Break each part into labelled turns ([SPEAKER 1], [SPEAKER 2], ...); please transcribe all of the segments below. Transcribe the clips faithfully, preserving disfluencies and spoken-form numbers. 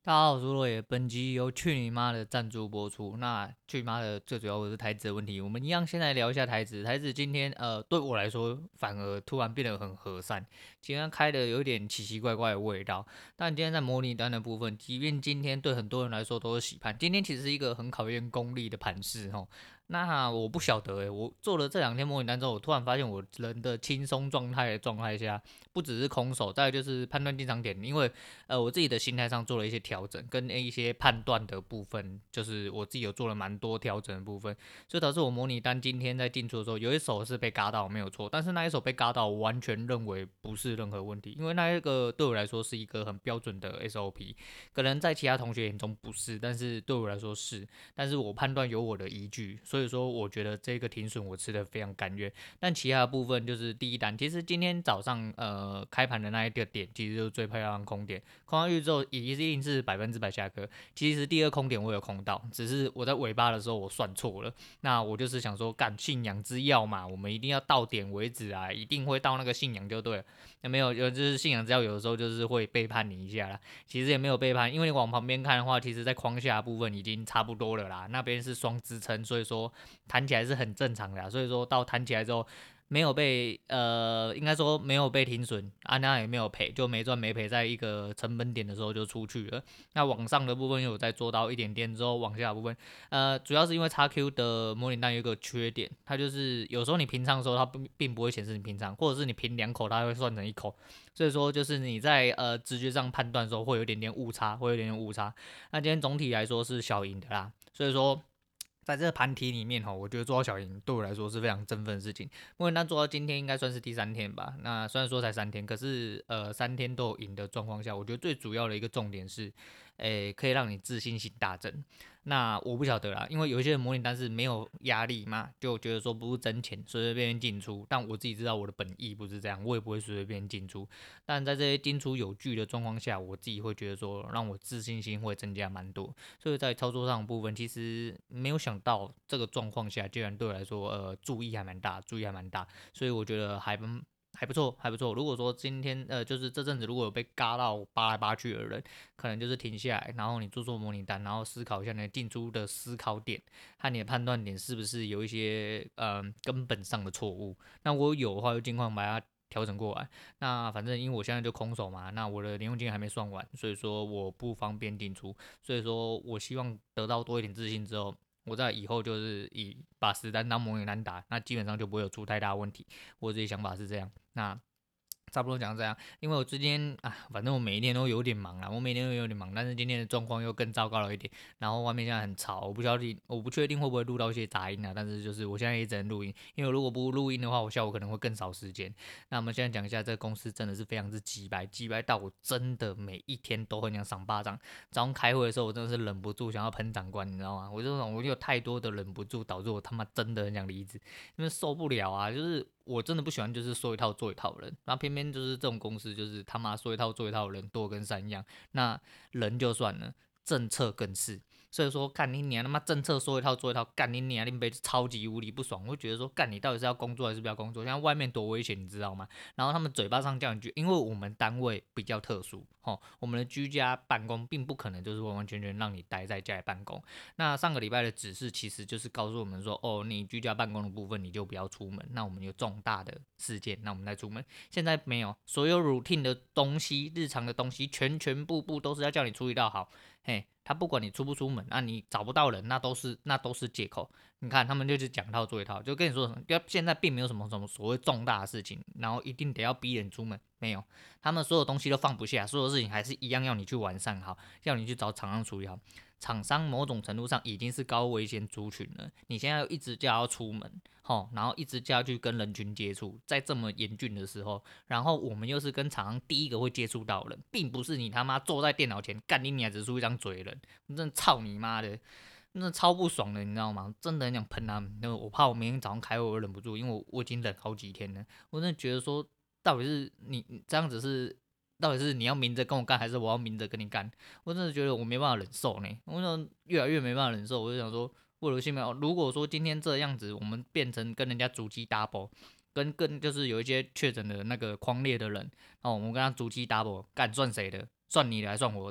[SPEAKER 1] 大家好，我是洛野。本集由去你妈的赞助播出。那去你妈的，最主要我是台子的问题。我们一样先来聊一下台子。台子今天呃，对我来说反而突然变得很和善，今天开的有点奇奇怪怪的味道。但今天在模拟单的部分，即便今天对很多人来说都是洗盘，今天其实是一个很考验功力的盘势哦。那我不晓得诶，我做了这两天模拟单之后，我突然发现我人的轻松状态的状态下，不只是空手，再来就是判断进场点，因为呃，我自己的心态上做了一些调整，跟一些判断的部分，就是我自己有做了蛮多调整的部分，所以导致我模拟单今天在进出的时候，有一手是被嘎到没有错，但是那一手被嘎到，我完全认为不是任何问题，因为那一个对我来说是一个很标准的 S O P，可能在其他同学眼中不是，但是对我来说是，但是我判断有我的依据，所以说我觉得这个停损我吃的非常甘愿。但其他的部分就是第一单，其实今天早上呃开盘的那一个点，其实就是最漂亮的空点。空上去之后，一定是百分之百下课。其实第二空点我有空到，只是我在尾巴的时候我算错了。那我就是想说，干信仰之要嘛，我们一定要到点为止啊，一定会到那个信仰就对了。那没有，有就是信仰之要有的时候就是会背叛你一下啦。其实也没有背叛，因为你往旁边看的话，其实在框下的部分已经差不多了啦。那边是双支撑，所以说弹起来是很正常的啦。所以说到弹起来之后。没有被呃，应该说没有被停损，啊，那也没有赔，就没赚没赔，在一个成本点的时候就出去了。那往上的部分有在做到一点点之后，往下的部分，呃，主要是因为 x Q 的模拟单有一个缺点，它就是有时候你平仓的时候，它并不会显示你平仓，或者是你平两口，它会算成一口，所以说就是你在呃直觉上判断的时候会有一点点误差，会有一点点误差。那今天总体来说是小赢的啦，所以说。在这个盘体里面哈，我觉得做到小赢对我来说是非常振奋的事情。因为那做到今天应该算是第三天吧。那虽然说才三天，可是呃三天都有赢的状况下，我觉得最主要的一个重点是，诶可以让你自信心大增。那我不晓得啦，因为有一些人模拟单是没有压力嘛，就觉得说不是真钱，随随便便进出。但我自己知道我的本意不是这样，我也不会随随便便进出。但在这些进出有据的状况下，我自己会觉得说，让我自信心会增加蛮多。所以在操作上的部分，其实没有想到这个状况下，居然对我来说，呃，注意还蛮大，注意还蛮大，所以我觉得还还不错，还不错。如果说今天，呃，就是这阵子如果有被嘎到扒来扒去的人，可能就是停下来，然后你做做模拟单，然后思考一下你的进出的思考点和你的判断点是不是有一些呃根本上的错误。那我有的话，就尽快把它调整过来。那反正因为我现在就空手嘛，那我的零用金还没算完，所以说我不方便进出，所以说我希望得到多一点自信之后，我在以后就是以把实单当模拟单打，那基本上就不会有出太大问题。我自己想法是这样，那差不多讲这样，因为我最近啊，反正我每一天都有点忙啦，我每天都有点忙，但是今天的状况又更糟糕了一点，然后外面现在很吵，我不晓得，我不确定会不会录到一些杂音啊，但是就是我现在也只能录音，因为如果不录音的话，我下午可能会更少时间。那我们现在讲一下，这个公司真的是非常之鸡掰，鸡掰到我真的每一天都很想赏巴掌。早上开会的时候，我真的是忍不住想要喷长官，你知道吗？我这种我有太多的忍不住，导致我他妈真的很想离职，因为受不了啊，就是我真的不喜欢就是说一套做一套的人，然后偏偏就是这种公司就是他妈说一套做一套的人多跟山一样，那人就算了，政策更是。所以说，干你娘他妈政策说一套做一套，干你娘令杯超级无敌不爽，我会觉得说，干你到底是要工作还是不要工作？现在外面多危险，你知道吗？然后他们嘴巴上叫你去，因为我们单位比较特殊，吼，我们的居家办公并不可能就是完完全全让你待在家里办公。那上个礼拜的指示其实就是告诉我们说，哦，你居家办公的部分你就不要出门。那我们有重大的事件，那我们再出门。现在没有，所有 routine 的东西、日常的东西，全全部部都是要叫你处理到好。嘿，他不管你出不出门，那、啊、你找不到人，那都是那都是借口。你看他们就是讲套做一套，就跟你说，要现在并没有什么什么所谓重大的事情，然后一定得要逼人出门，没有，他们所有东西都放不下，所有事情还是一样要你去完善好，要你去找厂商处理好。厂商某种程度上已经是高危险族群了，你现在又一直叫要出门，吼，然后一直叫要去跟人群接触，在这么严峻的时候，然后我们又是跟厂商第一个会接触到的人，并不是你他妈坐在电脑前干你娘只出一张嘴的人，真的操你妈的！真的超不爽的，你知道吗？真的很想喷他们。那我怕我明天早上开会我忍不住，因为我我已经忍好几天了。我真的觉得说，到底是你你这样子是，到底是你要明着跟我干，还是我要明着跟你干？我真的觉得我没办法忍受呢。我想越来越没办法忍受，我就想说，为了性命，如果说今天这样子，我们变成跟人家逐击 double，跟更就是有一些确诊的那个狂烈的人，哦，我们跟他逐击 double，干算谁的？算你的还算我的？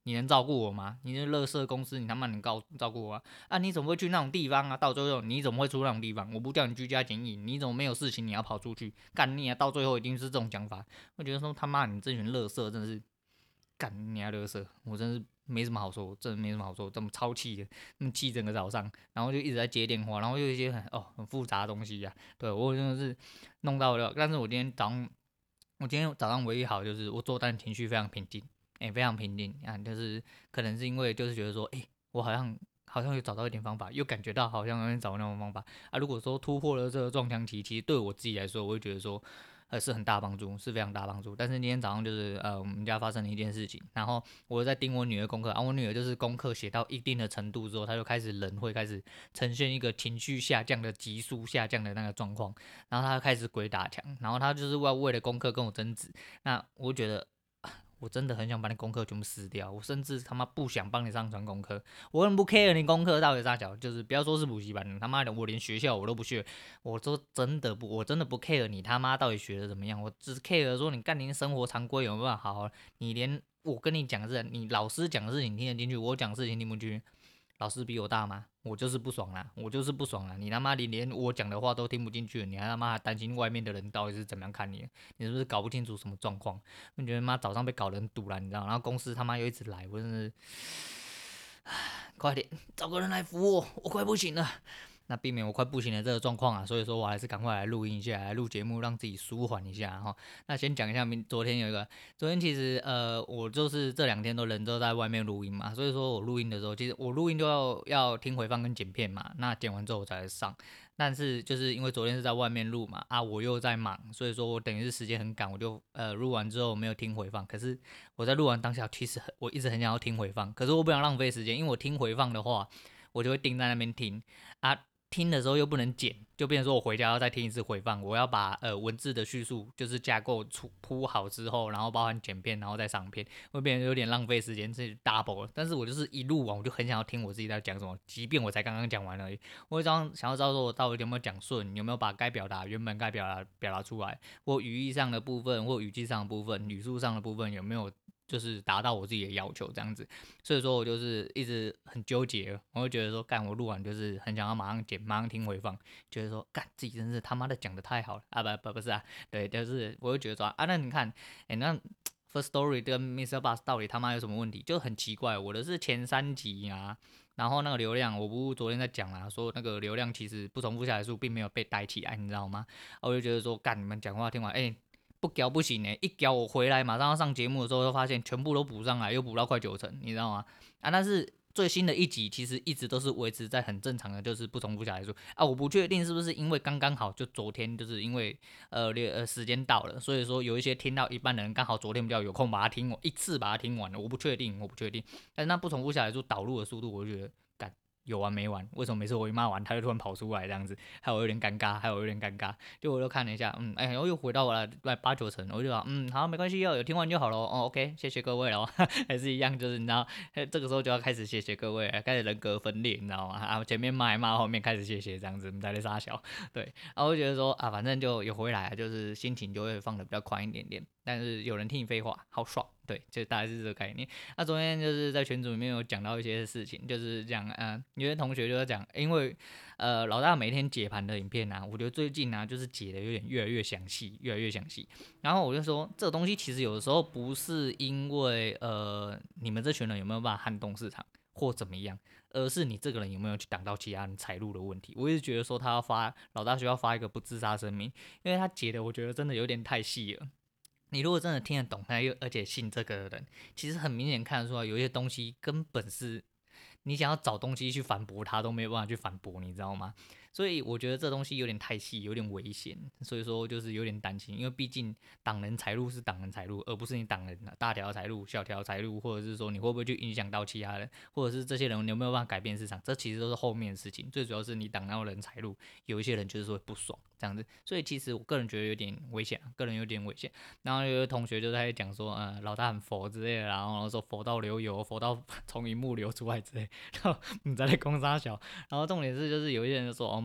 [SPEAKER 1] 你能照顾我吗？你是垃圾公司，你他妈能照照顾我啊？啊，你怎么会去那种地方啊？到最后你怎么会出那种地方？我不叫你居家检疫，你怎么没有事情你要跑出去干你啊？到最后一定是这种讲法。我觉得说他妈你这群垃圾真的是干你啊垃圾，我真是没什么好说，真的没什么好说，这么超气的，那么气整个早上，然后就一直在接电话，然后又一些很哦很复杂的东西呀、啊，对我真的是弄到了，但是我今天早上。我今天早上唯一好就是我做单情绪非常平静，哎、欸，非常平静啊，就是可能是因为就是觉得说，哎、欸，我好像好像有找到一点方法，又感觉到好像有点找到那种方法啊。如果说突破了这个撞墙期，其实对我自己来说，我会觉得说，呃，是很大帮助，是非常大帮助。但是今天早上就是呃，我们家发生了一件事情，然后我在盯我女儿功课，啊，我女儿就是功课写到一定的程度之后，她就开始人会开始呈现一个情绪下降的急速下降的那个状况。然后他开始鬼打墙，然后他就是为为了功课跟我争执，那我觉得我真的很想把你功课全部撕掉，我甚至他妈不想帮你上传功课，我根本不 care 你功课到底啥小，就是不要说是补习班，他妈的我连学校我都不去，我说真的不，我真的不 care 你他妈到底学的怎么样，我只 care 说你干你生活常规有没有好好，你连我跟你讲的是你老师讲的事情听得进去，我讲的事情听不进去。老师比我大吗？我就是不爽啦，我就是不爽啦！你他妈你连我讲的话都听不进去，你还他妈还担心外面的人到底是怎么样看你？你是不是搞不清楚什么状况？我觉得妈早上被搞得很堵了，你知道？然后公司他妈又一直来，我真是，快点找个人来扶我，我快不行了。那避免我快不行的这个状况啊，所以说我还是赶快来录音一下，来录节目，让自己舒缓一下哈。那先讲一下，明昨天有一个，昨天其实呃，我就是这两天都人都在外面录音嘛，所以说我录音的时候，其实我录音都要要听回放跟剪片嘛，那剪完之后我才来上。但是就是因为昨天是在外面录嘛，啊，我又在忙，所以说我等于是时间很赶，我就呃录完之后没有听回放。可是我在录完当下，其实我一直很想要听回放，可是我不想浪费时间，因为我听回放的话，我就会定在那边听啊。听的时候又不能剪，就变成说我回家要再听一次回放，我要把呃文字的叙述就是架构出铺好之后，然后包含剪片，然后再上片，会变得有点浪费时间，是 double 了。但是我就是一录完，我就很想要听我自己在讲什么，即便我才刚刚讲完而已，我这样想要知道说我到底有没有讲顺，有没有把该表达原本该表达表达出来，或语义上的部分，或语气上的部分，语速上的部分有没有就是达到我自己的要求这样子，所以说我就是一直很纠结，我会觉得说干我录完就是很想要马上剪，马上听回放，觉得说干自己真是他妈的讲的太好了啊不不不是啊，对，就是我会觉得说啊那你看，哎、欸、那 First Story 跟 mister Bus 到底他妈有什么问题？就很奇怪，我的是前三集啊。然后那个流量，我不昨天在讲啦，说那个流量其实不重复下来数并没有被带起来，你知道吗？我就觉得说，干你们讲话听完，哎、欸，不交不行呢，一交我回来马上要上节目的时候，就发现全部都补上来，又补到快九成，你知道吗？啊，但是最新的一集其实一直都是维持在很正常的，就是不重复下来说啊，我不确定是不是因为刚刚好就昨天就是因为呃呃时间到了，所以说有一些听到一半的人刚好昨天比较有空把它听完一次把它听完了，我不确定，我不确定，但是那不重复下来说导入的速度，我就觉得干。有完没完？为什么每次我一骂完，他就突然跑出来这样子，害我有点尴尬，害我有点尴尬。就我又看了一下，嗯，哎、欸，然后又回到我来来八九成，我就说，嗯，好，没关系，有有听完就好了，哦，OK，谢谢各位了，还是一样，就是你知道，这个时候就要开始谢谢各位，开始人格分裂，你知道吗？啊，前面骂一骂，后面开始谢谢这样子，我们在那撒小，对，然后我就觉得说啊，反正就有回来，就是心情就会放的比较宽一点点，但是有人听你废话，好爽，对，就大概是这个概念。那昨天就是在群组里面有讲到一些事情，就是讲，呃，有些同学就在讲，因为呃老大每天解盘的影片啊，我觉得最近啊就是解的有点越来越详细，越来越详细。然后我就说，这个东西其实有的时候不是因为呃你们这群人有没有办法撼动市场或怎么样，而是你这个人有没有去挡到其他人财路的问题。我一直觉得说他要发老大需要发一个不自杀声明，因为他解的我觉得真的有点太细了。你如果真的听得懂，他又而且信这个人，其实很明显看得出来，有一些东西根本是你想要找东西去反驳他都没有办法去反驳，你知道吗？所以我觉得这东西有点太细，有点危险，所以说就是有点担心，因为毕竟挡人财路是挡人财路，而不是你挡人大条财路、小条财路，或者是说你会不会去影响到其他人，或者是这些人有没有办法改变市场，这其实都是后面的事情，最主要是你挡到人财路，有一些人就是说不爽这样子，所以其实我个人觉得有点危险，个人有点危险。然后有个同学就在讲说，呃，老大很佛之类的，然后说佛到流油，佛到从荧幕流出来之类，然后你在那攻杀小，然后重点是就是有一些人就说，哦，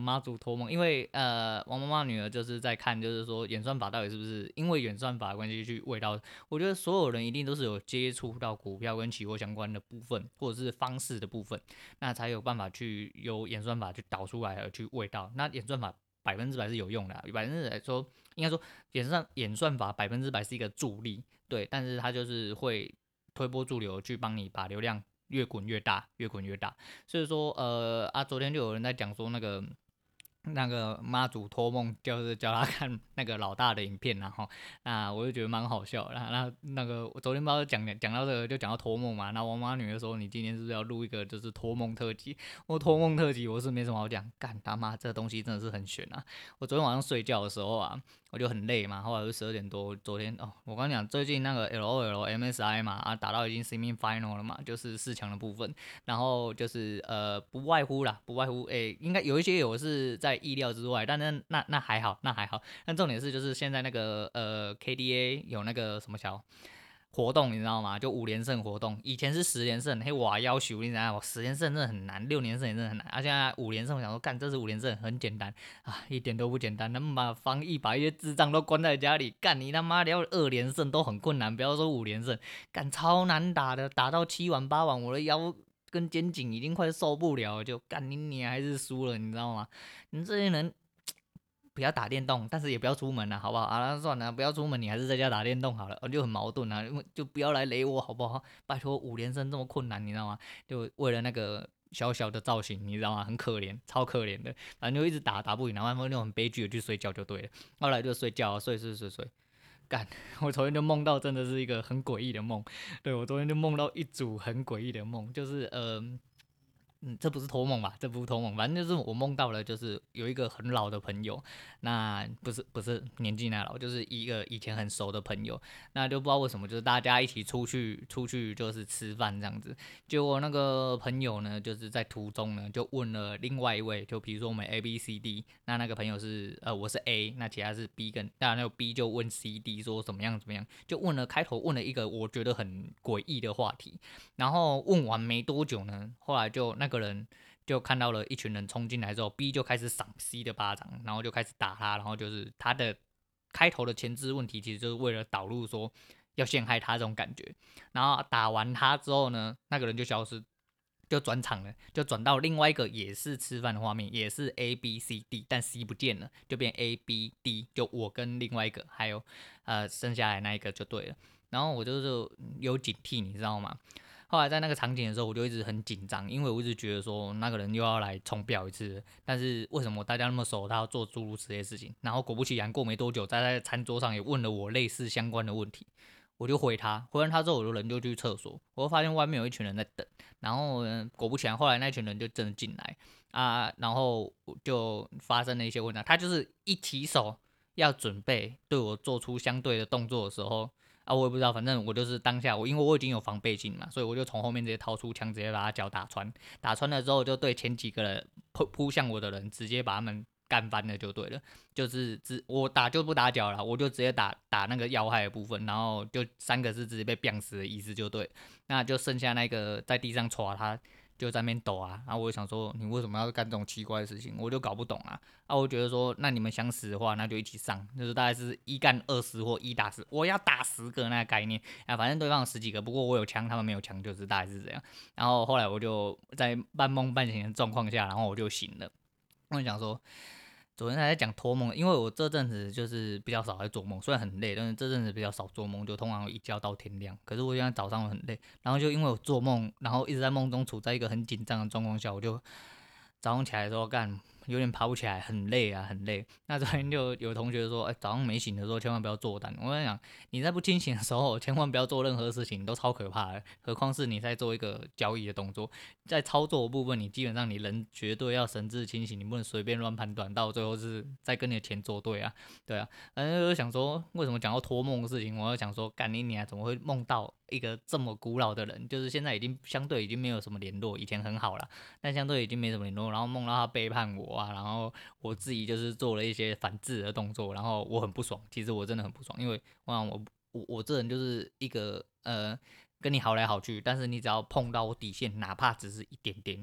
[SPEAKER 1] 妈祖托梦，因为呃，王妈妈女儿就是在看，就是说演算法到底是不是因为演算法的关系去喂到。我觉得所有人一定都是有接触到股票跟期货相关的部分，或者是方式的部分，那才有办法去由演算法去导出来而去喂到。那演算法百分之百是有用的、啊，百分之百来说，应该说演算演算法百分之百是一个助力，对，但是它就是会推波助流去帮你把流量越滚越大，越滚越大。所以说，呃啊，昨天就有人在讲说那个。那个妈祖托梦就是叫他看那个老大的影片，然后那我就觉得蛮好笑。那那那个我昨天不知道讲讲到这个就讲到托梦嘛，那王妈女儿说你今天是不是要录一个就是托梦特辑？我托梦特辑我是没什么好讲，干他妈这东西真的是很悬啊！我昨天晚上睡觉的时候啊，我就很累嘛，后来就十二点多，昨天哦，我刚讲最近那个 L O L M S I 嘛啊打到已经 semi final 了嘛，就是四强的部分。然后就是呃，不外乎啦，不外乎诶，应该有一些有是在意料之外，但那那那还好，那还好。但重点是就是现在那个呃 K D A 有那个什么桥活动，你知道吗？就五连胜活动，以前是十连胜，嘿哇要求你知道吗？十连胜真的很难，六连胜也真的很难，而、啊、现在五连胜，我想说干这是五连胜很简单啊，一点都不简单，他们把防疫把一些智障都关在家里，干你他妈的要二连胜都很困难，不要说五连胜，干超难打的，打到七晚八晚，我的腰。跟肩颈已经快受不了了，就干你你还是输了，你知道吗？你这些人不要打电动，但是也不要出门了，好不好？啊，那算了，不要出门，你还是在家打电动好了。我就很矛盾啊，就不要来雷我，好不好？拜托，五连胜这么困难，你知道吗？就为了那个小小的造型，你知道吗？很可怜，超可怜的，反正就一直打打不赢，然后那种很悲剧的去睡觉就对了。后来就睡觉，睡睡睡睡。干，我昨天就梦到真的是一个很诡异的梦，对我昨天就梦到一组很诡异的梦，就是呃。嗯，这不是托梦吧？这不是托梦，反正就是我梦到了，就是有一个很老的朋友，那不是不是年纪那老，就是一个以前很熟的朋友，那就不知道为什么，就是大家一起出去出去就是吃饭这样子，结果那个朋友呢，就是在途中呢就问了另外一位，就比如说我们 A B C D，那那个朋友是呃我是 A，那其他是 B 跟当然那个 B 就问 C D 说怎么样怎么样，就问了开头问了一个我觉得很诡异的话题。然后问完没多久呢，后来就那个人就看到了一群人冲进来之后，B 就开始赏 C 的巴掌，然后就开始打他，然后就是他的开头的前置问题，其实就是为了导入说要陷害他这种感觉。然后打完他之后呢，那个人就消失，就转场了，就转到另外一个也是吃饭的画面，也是 A B C D，但 C 不见了，就变 A B D，就我跟另外一个，还有呃剩下来那一个就对了。然后我就是有警惕，你知道吗？后来在那个场景的时候，我就一直很紧张，因为我一直觉得说那个人又要来冲表一次，但是为什么大家那么熟，他要做诸如此类事情？然后果不其然，过没多久，在在餐桌上也问了我类似相关的问题，我就回他，回完他之后，我就人就去厕所，我就发现外面有一群人在等，然后呢，果不其然，后来那群人就真的进来啊，然后就发生了一些问题，他就是一起手要准备对我做出相对的动作的时候。啊，我也不知道，反正我就是当下我，因为我已经有防备心嘛，所以我就从后面直接掏出枪，直接把他脚打穿。打穿了之后，就对前几个人扑扑向我的人，直接把他们干翻了就对了。就是只我打就不打脚了，我就直接打打那个要害的部分，然后就三个是直接被毙死的意思就对。那就剩下那个在地上戳他。就在那边抖啊，然后我就想说，你为什么要干这种奇怪的事情？我就搞不懂啊。啊，我觉得说，那你们想死的话，那就一起上，就是大概是一干二十或一打十，我要打十个那个概念啊。反正对方有十几个，不过我有枪，他们没有枪，就是大概是这样。然后后来我就在半梦半醒的状况下，然后我就醒了。我就想说，昨天还在讲托梦，因为我这阵子就是比较少在做梦，虽然很累，但是这阵子比较少做梦，就通常一觉到天亮。可是我现在早上很累，然后就因为我做梦，然后一直在梦中处在一个很紧张的状况下，我就早上起来的时候干有点爬不起来，很累啊，很累。那昨天就有同学说，哎、欸，早上没醒的时候千万不要做单。我跟你讲，你在不清醒的时候，千万不要做任何事情，都超可怕的。何况是你在做一个交易的动作，在操作的部分，你基本上你人绝对要神志清醒，你不能随便乱判断，到最后是在跟你的钱作对啊，对啊。反正就想说，为什么讲到托梦的事情，我要想说，干你娘，怎么会梦到一个这么古老的人？就是现在已经相对已经没有什么联络，以前很好了。但相对已经没什么联络，然后梦到他背叛我啊，然后我自己就是做了一些反制的动作，然后我很不爽，其实我真的很不爽，因为我想我我我这人就是一个呃跟你好来好去，但是你只要碰到我底线，哪怕只是一点点，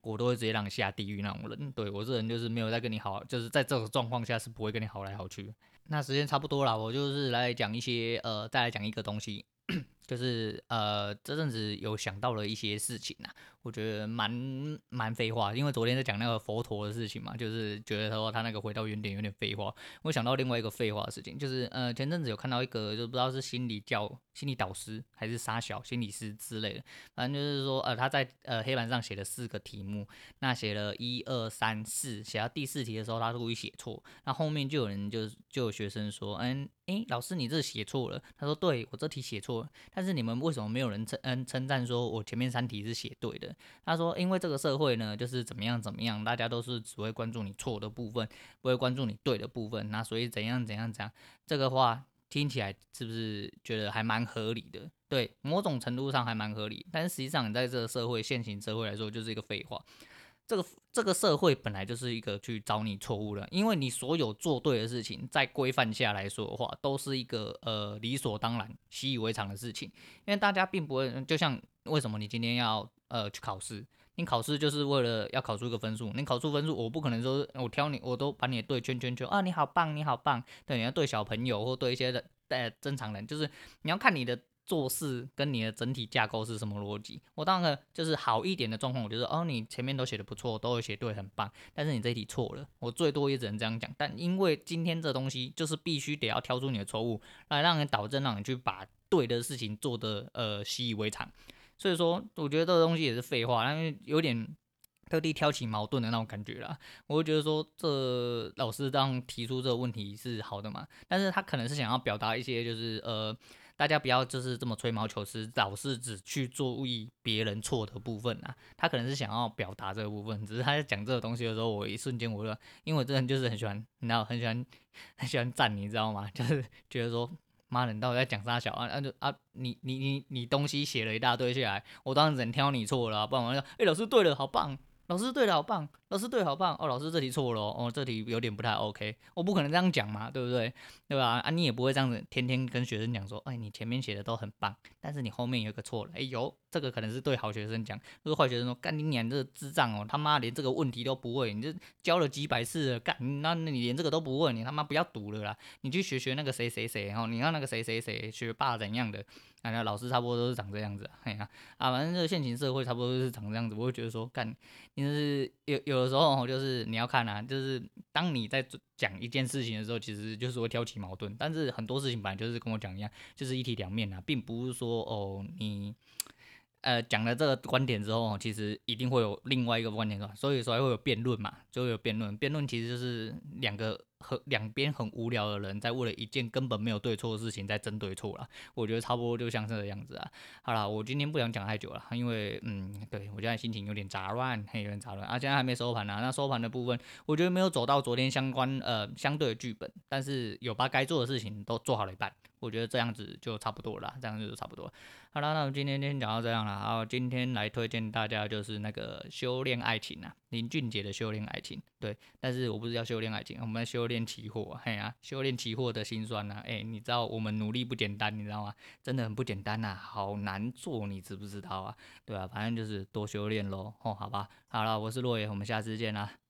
[SPEAKER 1] 我都会直接让你下地狱那种人。对我这人就是没有在跟你好，就是在这种状况下是不会跟你好来好去。那时间差不多了，我就是来讲一些呃，再来讲一个东西，就是呃这阵子有想到了一些事情啊，我觉得蛮蛮废话，因为昨天在讲那个佛陀的事情嘛，就是觉得说他那个回到原点有点废话。我想到另外一个废话的事情，就是呃前阵子有看到一个，就不知道是心理教、心理导师还是沙小心理师之类的，反正就是说呃他在呃黑板上写了四个题目，那写了一二三四，写到第四题的时候他故意写错，那后面就有人就就有学生说，嗯。诶，老师，你这写错了。他说：“对，我这题写错了，但是你们为什么没有人称嗯称赞说我前面三题是写对的？”他说：“因为这个社会呢，就是怎么样怎么样，大家都是只会关注你错的部分，不会关注你对的部分。那所以怎样怎样怎样，这个话听起来是不是觉得还蛮合理的？对，某种程度上还蛮合理，但是实际上你在这个社会现行社会来说，就是一个废话。”这个这个社会本来就是一个去找你错误的，因为你所有做对的事情，在规范下来说的话，都是一个呃理所当然、习以为常的事情。因为大家并不会，就像为什么你今天要呃去考试，你考试就是为了要考出一个分数，你考出分数，我不可能说我挑你，我都把你对圈圈圈啊，你好棒，你好棒。对，你要对小朋友或对一些的呃正常人，就是你要看你的做事跟你的整体架构是什么逻辑。我当然就是好一点的状况，我觉得哦，你前面都写的不错，都有写对，很棒。但是你这一题错了，我最多也只能这样讲。但因为今天这东西就是必须得要挑出你的错误，来让人导正，让你去把对的事情做的呃习以为常。所以说，我觉得这个东西也是废话，因为有点特地挑起矛盾的那种感觉啦。我会觉得说，这老师这样提出这个问题是好的嘛？但是他可能是想要表达一些，就是呃。大家不要就是这么吹毛求疵，老是只去注意别人错的部分啊。他可能是想要表达这个部分，只是他在讲这个东西的时候，我一瞬间我就，因为我真的就是很喜欢，你知道，很喜欢很喜欢赞，你知道吗？就是觉得说，妈的，你到底在讲啥小啊？啊就啊，你你你你东西写了一大堆下来，我当然只能挑你错了、啊，不然我就说，哎、欸，老师对了，好棒。老师对的好棒，老师对的好棒哦，老师这题错了哦，哦这题有点不太 OK，我不可能这样讲嘛，对不对？对吧？啊，你也不会这样子天天跟学生讲说，哎，你前面写的都很棒，但是你后面有一个错了，哎有，这个可能是对好学生讲，如果坏学生说，干你娘这个智障哦，他妈连这个问题都不会，你这教了几百次了，干，那你连这个都不会，你他妈不要读了啦，你去学学那个谁谁谁，哦，你让那个谁谁谁学霸怎样的。啊，老师差不多都是长这样子啊，哎呀，啊，反正这个现行社会差不多都是长这样子，我会觉得说，干，就是有有的时候就是你要看啊，就是当你在讲一件事情的时候，其实就是会挑起矛盾，但是很多事情本来就是跟我讲一样，就是一体两面啊，并不是说哦你。呃，讲了这个观点之后，其实一定会有另外一个观点，所以说会有辩论嘛，就会有辩论。辩论其实就是两个很两边很无聊的人在为了一件根本没有对错的事情在争对错啦。我觉得差不多就像这个样子啊。好啦，我今天不想讲太久了，因为嗯，对我现在心情有点杂乱，有点杂乱啊。现在还没收盘呢、啊，那收盘的部分，我觉得没有走到昨天相关呃相对的剧本，但是有把该做的事情都做好了一半。我觉得这样子就差不多了，这样子就差不多了。好了，那我们今天先讲到这样了。好，今天来推荐大家就是那个修炼爱情啊，林俊杰的修炼爱情。对，但是我不是要修炼爱情，我们要修炼期货。嘿啊，修炼期货的辛酸呐、啊。哎、欸，你知道我们努力不简单，你知道吗？真的很不简单呐、啊，好难做，你知不知道啊？对啊，反正就是多修炼喽。哦，好吧，好了，我是洛野，我们下次见啦。